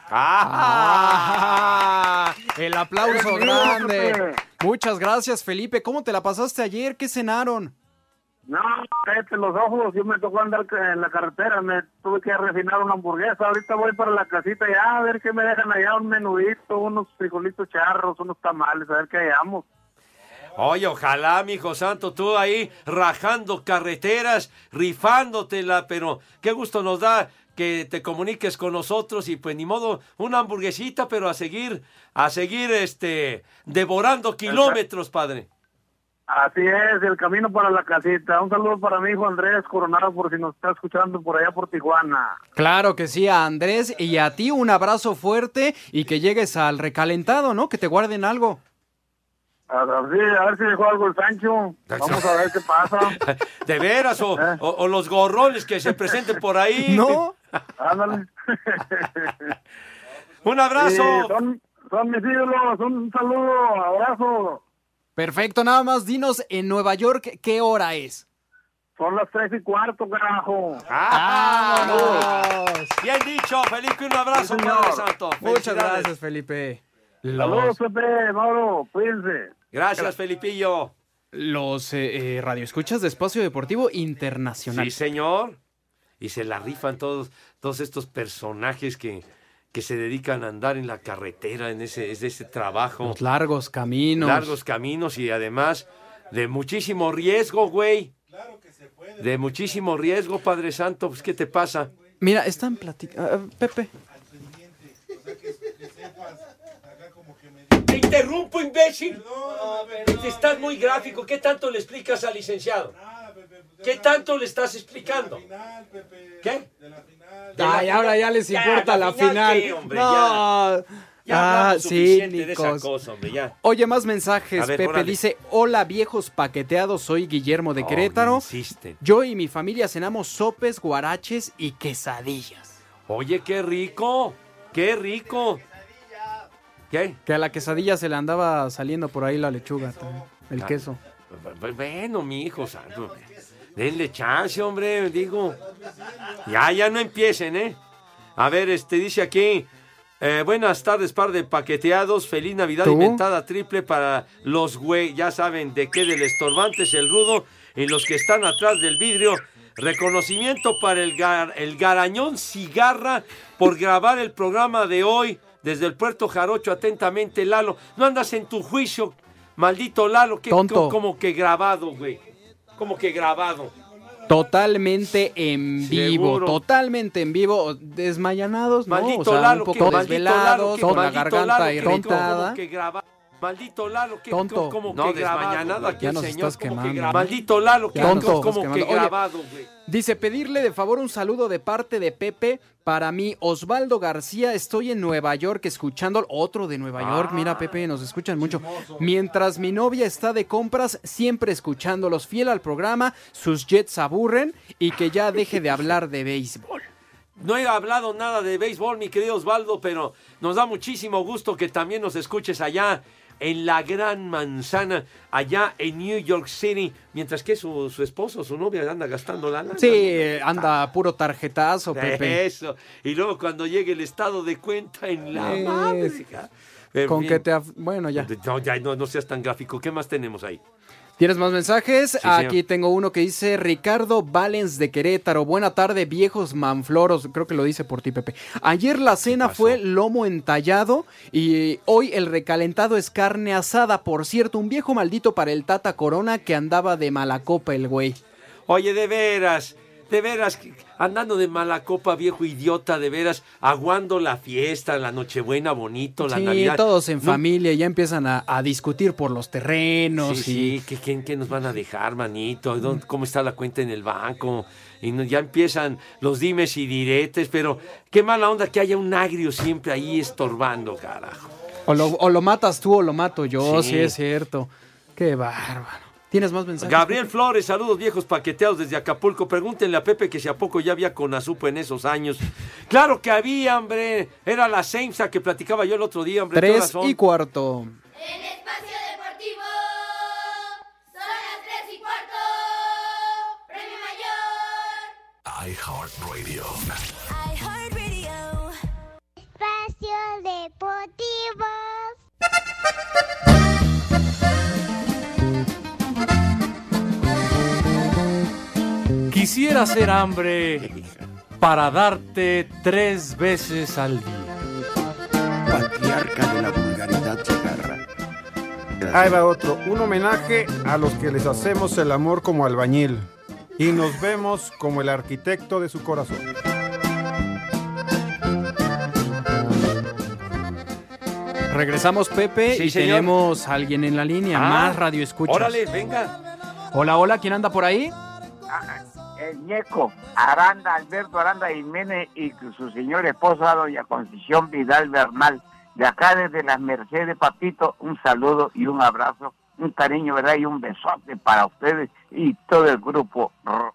El aplauso grande. Pepe. Muchas gracias, Felipe. ¿Cómo te la pasaste ayer? ¿Qué cenaron? No, cállate los ojos. Yo me tocó andar en la carretera. Me tuve que refinar una hamburguesa. Ahorita voy para la casita ya a ver qué me dejan allá. Un menudito, unos frijolitos charros, unos tamales, a ver qué hallamos. Oye, ojalá, mi hijo santo, tú ahí rajando carreteras, rifándotela, pero qué gusto nos da que te comuniques con nosotros y pues ni modo, una hamburguesita, pero a seguir devorando kilómetros, padre. Así es, el camino para la casita. Un saludo para mi hijo Andrés Coronado, por si nos está escuchando por allá por Tijuana. Claro que sí, a Andrés y a ti un abrazo fuerte y que llegues al recalentado, ¿no? Que te guarden algo. Sí, a ver si dejó algo el Sancho. Vamos a ver qué pasa. ¿De veras? ¿O los gorrones que se presenten por ahí? No. Ándale. Un abrazo. Son mis ídolos. Un saludo, abrazo. Perfecto, nada más dinos en Nueva York qué hora es. Son las 3:15, carajo. ¡Vámonos! Bien dicho, Felipe, un abrazo, sí, Padre Santo. Muchas gracias, Felipe. Saludos, Pepe, Mauro, cuídense. Gracias, Felipillo. Los radioescuchas de Espacio Deportivo Internacional. Sí, señor. Y se la rifan todos estos personajes que se dedican a andar en la carretera, en ese trabajo. Los largos caminos. Largos caminos y además de muchísimo riesgo, güey. Claro que se puede. De muchísimo riesgo, Padre Santo. Pues, ¿qué te pasa? Mira, están platicando. Pepe. O sea, que sepas, acá como que me... ¡Te interrumpo, imbécil! Perdón. Estás muy gráfico. ¿Qué tanto le explicas al licenciado? Nada, Pepe. ¿Qué tanto le estás explicando? De la final, Pepe. ¿Qué? De la final. Ay, ahora ya les importa la final. ¿Qué, hombre? No. Ya hablamos suficiente sí, de esa cosa, hombre, ya. Oye, más mensajes. A ver, Pepe órale. dice: hola, viejos paqueteados, soy Guillermo de Querétaro. Insiste. Yo y mi familia cenamos sopes, guaraches y quesadillas. Oye, qué rico. Qué rico. ¿Qué? Que a la quesadilla se le andaba saliendo por ahí la lechuga, el queso. Bueno, mi hijo santo. Denle chance, hombre, digo. Ya no empiecen, ¿eh? A ver, dice aquí... buenas tardes, par de paqueteados. Feliz Navidad inventada triple para los güey. Ya saben de qué, del Estorbantes, el Rudo y los que están atrás del vidrio. Reconocimiento para el Garañón Cigarra por grabar el programa de hoy desde el Puerto Jarocho. Atentamente, Lalo. No andas en tu juicio, maldito Lalo. Tonto. Como que grabado, güey. Como que grabado. Totalmente en vivo, Seguro. totalmente en vivo, desmayanados, ¿no? Maldito o sea, Lalo, un poco desvelados, con la maldito garganta Lalo, irritada. Maldito Lalo, que Tonto. como No, que grabado. Aquí ya el nos señor, estás como quemando. que grabado. Maldito Lalo, que Tonto. como que Oye, grabado, güey. Dice, pedirle de favor un saludo de parte de Pepe para mí, Osvaldo García. Estoy en Nueva York escuchando, otro de Nueva York. Mira, Pepe, nos escuchan mucho. Mientras mi novia está de compras, siempre escuchándolos, fiel al programa. Sus jets aburren y que ya deje de hablar de béisbol. No he hablado nada de béisbol, mi querido Osvaldo, pero nos da muchísimo gusto que también nos escuches allá en la Gran Manzana, allá en New York City, mientras que su esposo, su novia, anda gastando la lana. Sí, anda puro tarjetazo, Pepe. Eso, y luego cuando llegue el estado de cuenta en la madre. Con que te... Bueno, ya. No seas tan gráfico. ¿Qué más tenemos ahí? ¿Tienes más mensajes? Sí, Aquí tengo uno que dice Ricardo Valens de Querétaro. Buena tarde, viejos manfloros. Creo que lo dice por ti, Pepe. Ayer la cena fue lomo entallado y hoy el recalentado es carne asada. Por cierto, un viejo maldito para el Tata Corona que andaba de mala copa el güey. Oye, de veras, andando de mala copa, viejo idiota, de veras, aguando la fiesta, la Nochebuena bonito, la Navidad. Sí, todos en familia ya empiezan a discutir por los terrenos. Sí, ¿qué nos van a dejar, manito? ¿Cómo está la cuenta en el banco? Y ya empiezan los dimes y diretes, pero qué mala onda que haya un agrio siempre ahí estorbando, carajo. O lo matas tú o lo mato yo, sí es cierto. Qué bárbaro. ¿Tienes más mensajes? Gabriel Flores, saludos viejos paqueteados desde Acapulco. Pregúntenle a Pepe que si a poco ya había Conazupo en esos años. Claro que había, hombre. Era la Seimsa que platicaba yo el otro día, hombre. 3:15. En Espacio Deportivo son las 3:15. Premio Mayor. iHeartRadio. iHeartRadio. Espacio Deportivo. Quisiera hacer hambre para darte 3 veces al día. Patriarca de la vulgaridad cigarra. Ahí va otro, un homenaje a los que les hacemos el amor como albañil y nos vemos como el arquitecto de su corazón. Regresamos, Pepe, Sí, y señor. tenemos a alguien en la línea, más radio escuchas. Órale, venga. Hola, ¿quién anda por ahí? El Ñeco, Aranda, Alberto Aranda Jiménez y su señor esposa, doña Concepción Vidal Bernal. De acá desde las Mercedes, papito, un saludo y un abrazo, un cariño, ¿verdad? Y un besote para ustedes y todo el grupo,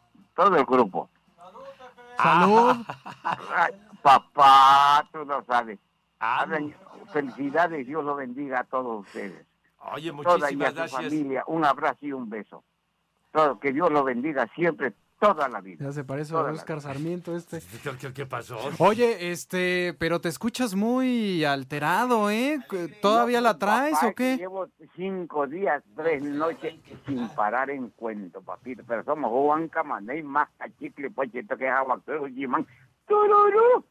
¡Salud! Ay, papá, tú lo sabes. Felicidades, Dios lo bendiga a todos ustedes. Oye, Toda y a muchísimas su gracias. familia, un abrazo y un beso. Todo, que Dios lo bendiga siempre, toda la vida. Ya se parece a Toda la Oscar Sarmiento este. ¿Qué pasó? Oye, pero te escuchas muy alterado, ¿eh? ¿Todavía la traes Papá, o qué? Llevo 5 días, 3 noches sin parar en cuento, papito. Pero somos Juan Camaney, más cachicle, pochito, que es aguacero, Jimán. ¡Tururú!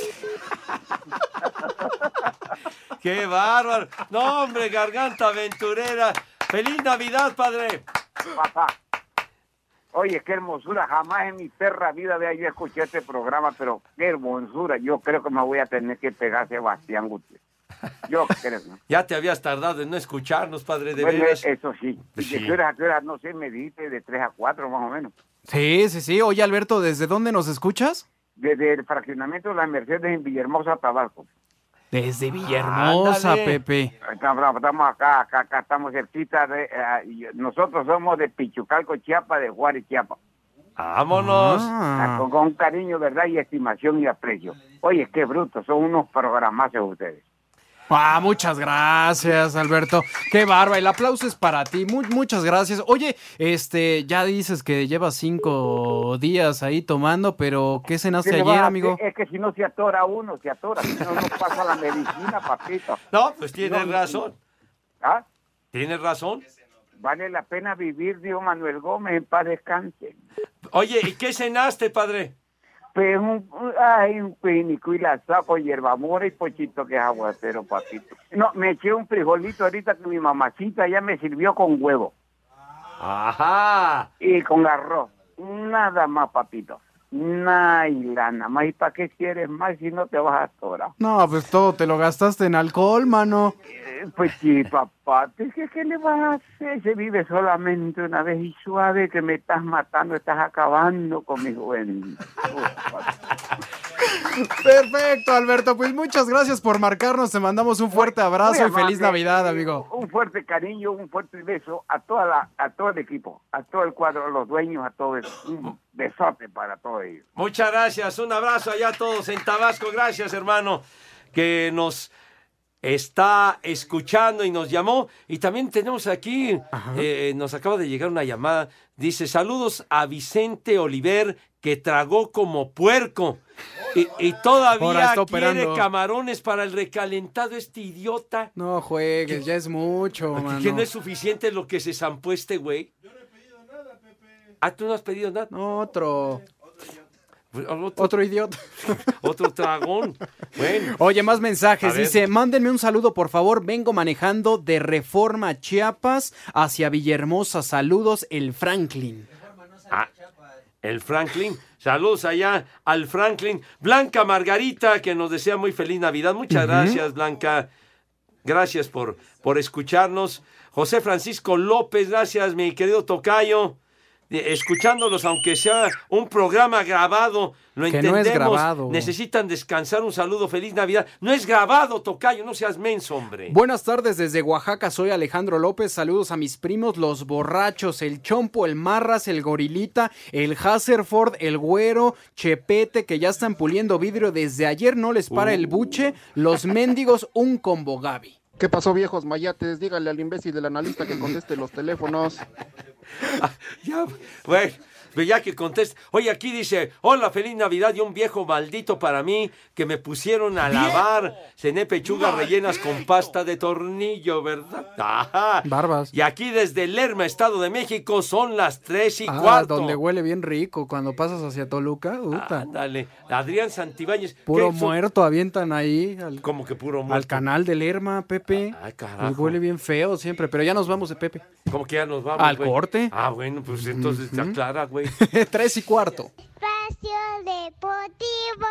¡Qué bárbaro! No, hombre, garganta aventurera. ¡Feliz Navidad, padre! Papá. Oye, qué hermosura. Jamás en mi perra vida yo escuché este programa, pero qué hermosura. Yo creo que me voy a tener que pegar a Sebastián Gutiérrez. Yo creo, ¿no? Ya te habías tardado en no escucharnos, padre, de Bueno, veras. eso sí. Sí. ¿De qué hora a qué hora? No sé, me dijiste de 3 a 4 más o menos. Sí. Oye, Alberto, ¿desde dónde nos escuchas? Desde el fraccionamiento de las Mercedes en Villahermosa, Tabasco. Desde Villahermosa, Ándale. Pepe. Estamos acá estamos cerquita de... nosotros somos de Pichucalco, Chiapas, de Juárez, Chiapas. ¡Vámonos! Con cariño, verdad, y estimación y aprecio. Oye, qué brutos, son unos programazos ustedes. Muchas gracias, Alberto. Qué bárbaro. El aplauso es para ti. Muchas gracias. Oye, ya dices que llevas 5 días ahí tomando, pero ¿qué cenaste ayer, amigo? Es que si no se atora uno, si no pasa la medicina, papito. No, pues tienes razón. ¿Ah? Tienes razón. Vale la pena vivir, dijo Manuel Gómez, en paz descanse. Oye, ¿y qué cenaste, padre? Pues un pinico y la saco, hierbamora y pochito que es aguacero, papito. No, me eché un frijolito ahorita que mi mamacita ya me sirvió con huevo. Ajá. Y con arroz. Nada más, papito. Nada más. ¿Y para qué quieres más si no te vas a atorar? No, pues todo te lo gastaste en alcohol, mano. Pues sí, papá. ¿Qué le vas a hacer? Se vive solamente una vez y suave que me estás matando, estás acabando con mi juventud. Perfecto, Alberto. Pues muchas gracias por marcarnos. Te mandamos un fuerte abrazo y feliz Navidad, amigo. Un fuerte cariño, un fuerte beso a todo el equipo, a todo el cuadro, a los dueños, a todos. Un besote para todos ellos. Muchas gracias. Un abrazo allá a todos en Tabasco. Gracias, hermano, que nos está escuchando y nos llamó. Y también tenemos aquí, nos acaba de llegar una llamada. Dice, saludos a Vicente Oliver, que tragó como puerco. Y todavía quiere camarones para el recalentado, este idiota. No juegues, ya es mucho, mano. ¿Que no es suficiente lo que se zampó este güey? Yo no he pedido nada, Pepe. Ah, ¿tú no has pedido nada? No, Otro idiota. Otro tragón. Bueno. Oye, más mensajes. Dice, mándenme un saludo, por favor. Vengo manejando de Reforma Chiapas hacia Villahermosa. Saludos, el Franklin. El Franklin. Saludos allá al Franklin. Blanca Margarita, que nos desea muy feliz Navidad. Muchas gracias, Blanca. Gracias por escucharnos. José Francisco López, gracias, mi querido tocayo. Escuchándolos, aunque sea un programa grabado, lo entendemos. No es grabado. Necesitan descansar. Un saludo, feliz Navidad. No es grabado, tocayo, no seas menso, hombre. Buenas tardes desde Oaxaca, soy Alejandro López. Saludos a mis primos, los borrachos, el Chompo, el Marras, el Gorilita, el Hasserford, el Güero, Chepete, que ya están puliendo vidrio. Desde ayer no les para el buche. Los mendigos, un combo Gaby. ¿Qué pasó, viejos mayates? Díganle al imbécil del analista que conteste los teléfonos. Ya, bueno, ya que conteste. Oye, aquí dice, hola, feliz Navidad y un viejo maldito para mí que me pusieron a lavar. Cené pechugas rellenas con pasta de tornillo, ¿verdad? Ajá. Barbas. Y aquí desde Lerma, Estado de México, son las 3:15. Donde huele bien rico cuando pasas hacia Toluca. Dale, Adrián Santibáñez. Puro muerto avientan ahí. ¿Cómo que puro muerto? Al canal de Lerma, Pepe. Ay, carajo. Y huele bien feo siempre, pero ya nos vamos de Pepe. ¿Cómo que ya nos vamos, al corte? Ah, bueno, pues entonces te aclara, güey. 3:15. Espacio Deportivo.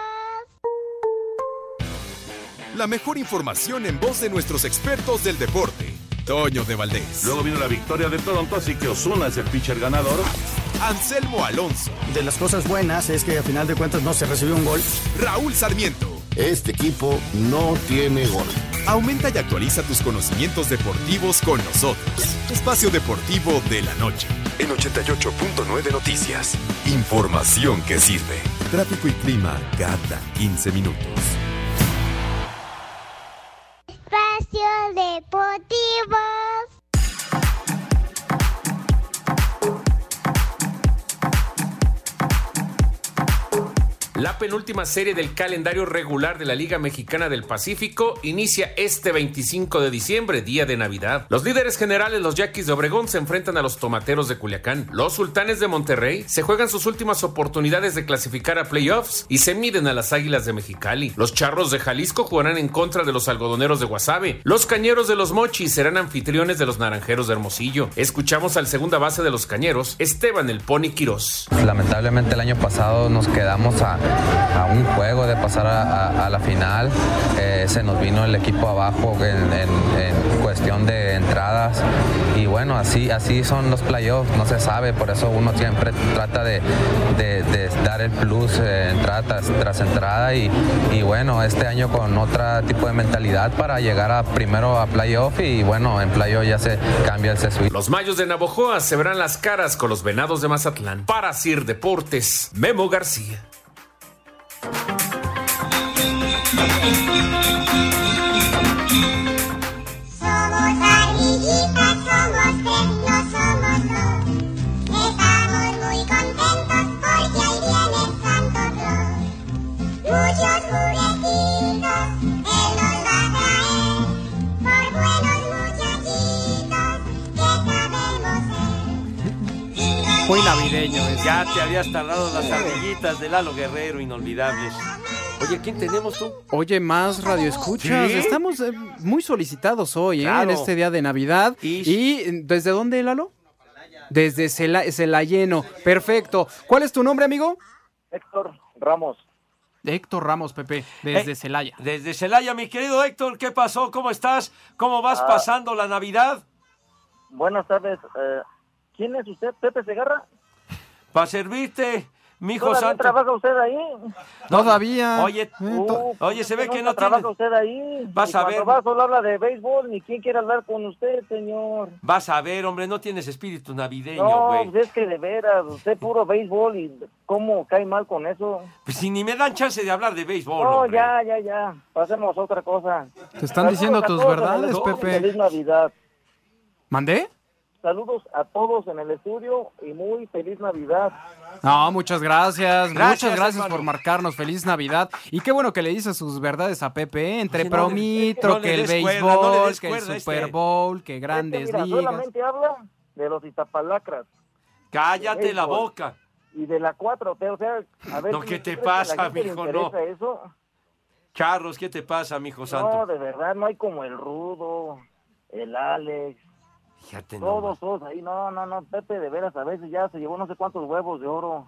La mejor información en voz de nuestros expertos del deporte. Toño de Valdés. Luego vino la victoria de Toronto, así que Ozuna es el pitcher ganador. Anselmo Alonso. De las cosas buenas es que a final de cuentas no se recibió un gol. Raúl Sarmiento. Este equipo no tiene gol. Aumenta y actualiza tus conocimientos deportivos con nosotros. Espacio Deportivo de la Noche. En 88.9 Noticias. Información que sirve. Tráfico y clima cada 15 minutos. Espacio Deportivo. La penúltima serie del calendario regular de la Liga Mexicana del Pacífico inicia este 25 de diciembre, día de Navidad. Los líderes generales, los Yaquis de Obregón, se enfrentan a los Tomateros de Culiacán. Los Sultanes de Monterrey se juegan sus últimas oportunidades de clasificar a playoffs y se miden a las Águilas de Mexicali. Los Charros de Jalisco jugarán en contra de los Algodoneros de Guasave. Los Cañeros de los Mochis serán anfitriones de los Naranjeros de Hermosillo. Escuchamos al segunda base de los Cañeros, Esteban el Pony Quirós. Lamentablemente el año pasado nos quedamos a un juego de pasar a la final. Se nos vino el equipo abajo en cuestión de entradas y bueno, así son los playoffs, no se sabe, por eso uno siempre trata de dar el plus entrada tras entrada y bueno, este año con otro tipo de mentalidad para llegar primero a playoff y bueno, en playoff ya se cambia el switch. Los Mayos de Navojoa se verán las caras con los Venados de Mazatlán. Para Sir Deportes, Memo García. Somos ardillitas, somos tres, no somos dos. Estamos muy contentos porque ahí viene el Santo Claus. Muchos juguetitos él nos va a traer, por buenos muchachitos que sabemos ser. Muy navideño. Ya te habías tardado las ardillitas de Lalo Guerrero, inolvidables. Oye, ¿quién tenemos tú? Oye, más radioescuchas. ¿Sí? Estamos muy solicitados hoy, Claro. en este día de Navidad. ¿Y desde dónde, Lalo? Desde Celayeno. Perfecto. ¿Cuál es tu nombre, amigo? Héctor Ramos. Héctor Ramos, Pepe, desde Celaya. Desde Celaya, mi querido Héctor, ¿qué pasó? ¿Cómo estás? ¿Cómo vas pasando la Navidad? Buenas tardes. ¿Quién es usted? ¿Pepe Segarra? Para servirte. mijo ¿Todavía santo. trabaja usted ahí? Todavía. Oye, se ve que no trabaja tiene... usted ahí. Vas Y a cuando ver. va solo habla de béisbol, ni quién quiere hablar con usted, señor. Vas a ver, hombre, no tienes espíritu navideño, No, güey. pues es que de veras, usted puro béisbol y cómo cae mal con eso. Pues si ni me dan chance de hablar de béisbol, No, hombre. ya. Pasemos a otra cosa. Te están diciendo tus verdades, Pepe. Feliz Navidad. ¿Mandé? Saludos a todos en el estudio y muy feliz Navidad. No, muchas gracias. Gracias, Muchas gracias hermano. por marcarnos. Feliz Navidad. Y qué bueno que le dice sus verdades a Pepe, ¿eh? Entre Oye, no Promitro, le que el des cuerda, béisbol, no le des que el cuerda, Super Bowl, que grandes Mira, ligas. solamente habla de los Iztapalacras. Cállate la boca. Y de la 4T, o sea, a ver... No, ¿tú ¿qué te crees que a la pasa, gente le mijo? interesa No. eso? Charros, ¿qué te pasa, mijo santo? No, de verdad, no hay como el Rudo, el Alex, Fíjate todos ahí. No, Pepe, de veras, a veces ya se llevó no sé cuántos huevos de oro.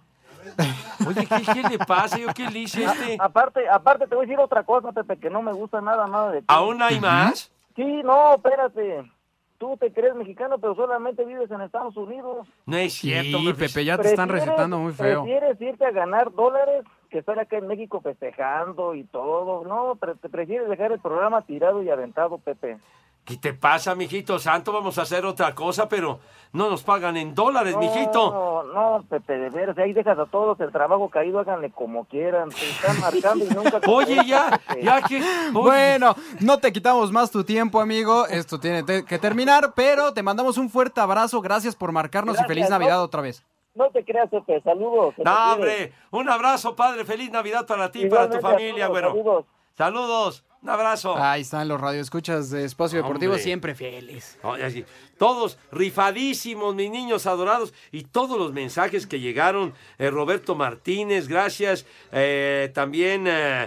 Oye, ¿qué le pasa? ¿Yo qué le hice Aparte, te voy a decir otra cosa, Pepe, que no me gusta nada de ti. ¿Aún hay más? Sí, no, espérate. Tú te crees mexicano, pero solamente vives en Estados Unidos. No es cierto, Sí, hombre. Pepe, ya te están recetando muy feo. ¿Prefieres irte a ganar dólares que estar acá en México festejando y todo? No, pero te prefieres dejar el programa tirado y aventado, Pepe. ¿Qué te pasa, mijito santo? Vamos a hacer otra cosa, pero no nos pagan en dólares, mijito. No, Pepe, de veras, ahí dejas a todos el trabajo caído, háganle como quieran. Te están marcando y nunca... Oye, ya que... Bueno, no te quitamos más tu tiempo, amigo. Esto tiene que terminar, pero te mandamos un fuerte abrazo. Gracias por marcarnos y feliz Navidad otra vez. No te creas, Pepe, saludos. No, hombre, un abrazo, padre. Feliz Navidad para ti y para tu familia, güero. Saludos. Un abrazo. Ahí están los radioescuchas de Espacio Deportivo, Hombre. siempre fieles. Oye, así, todos rifadísimos, mis niños adorados, y todos los mensajes que llegaron. Roberto Martínez, gracias. También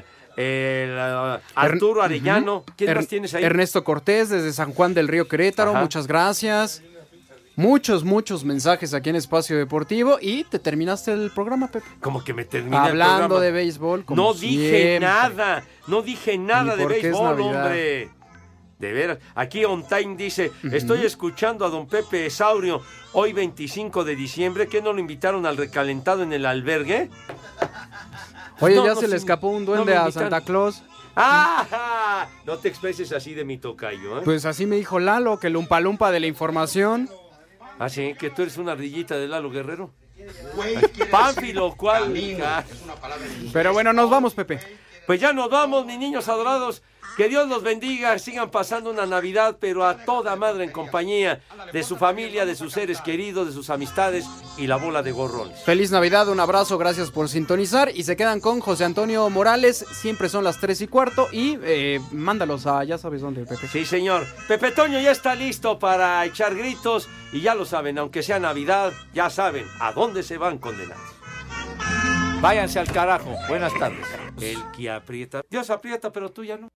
Arturo Arellano. ¿Quién más tienes ahí? Ernesto Cortés, desde San Juan del Río Querétaro, Ajá. muchas gracias. Muchos mensajes aquí en Espacio Deportivo y te terminaste el programa, Pepe. Como que me termina el Hablando programa. de béisbol, como No dije siempre. nada Ni de porque es béisbol, Navidad. hombre. De veras. Aquí On Time dice, estoy escuchando a don Pepe Saurio hoy 25 de diciembre. ¿Qué no lo invitaron al recalentado en el albergue? Oye, No, ya no, se le sí, escapó un no duende me a invitaron. Santa Claus. ¡Ah! No te expreses así de mi tocayo, ¿eh? Pues así me dijo Lalo, que el lumpa de la información. ¿Ah, sí? ¿Que tú eres una ardillita de Lalo Guerrero? Pánfilo, ¿cuál? Pero bueno, nos vamos, Pepe. Pues ya nos vamos, mis niños adorados. Que Dios los bendiga, sigan pasando una Navidad, pero a toda madre en compañía de su familia, de sus seres queridos, de sus amistades y la bola de gorrones. Feliz Navidad, un abrazo, gracias por sintonizar y se quedan con José Antonio Morales, siempre son las 3:15 y mándalos a ya sabes dónde, Pepe. Sí, señor. Pepe Toño ya está listo para echar gritos y ya lo saben, aunque sea Navidad, ya saben a dónde se van condenados. Váyanse al carajo. Buenas tardes. El que aprieta. Dios aprieta, pero tú ya no.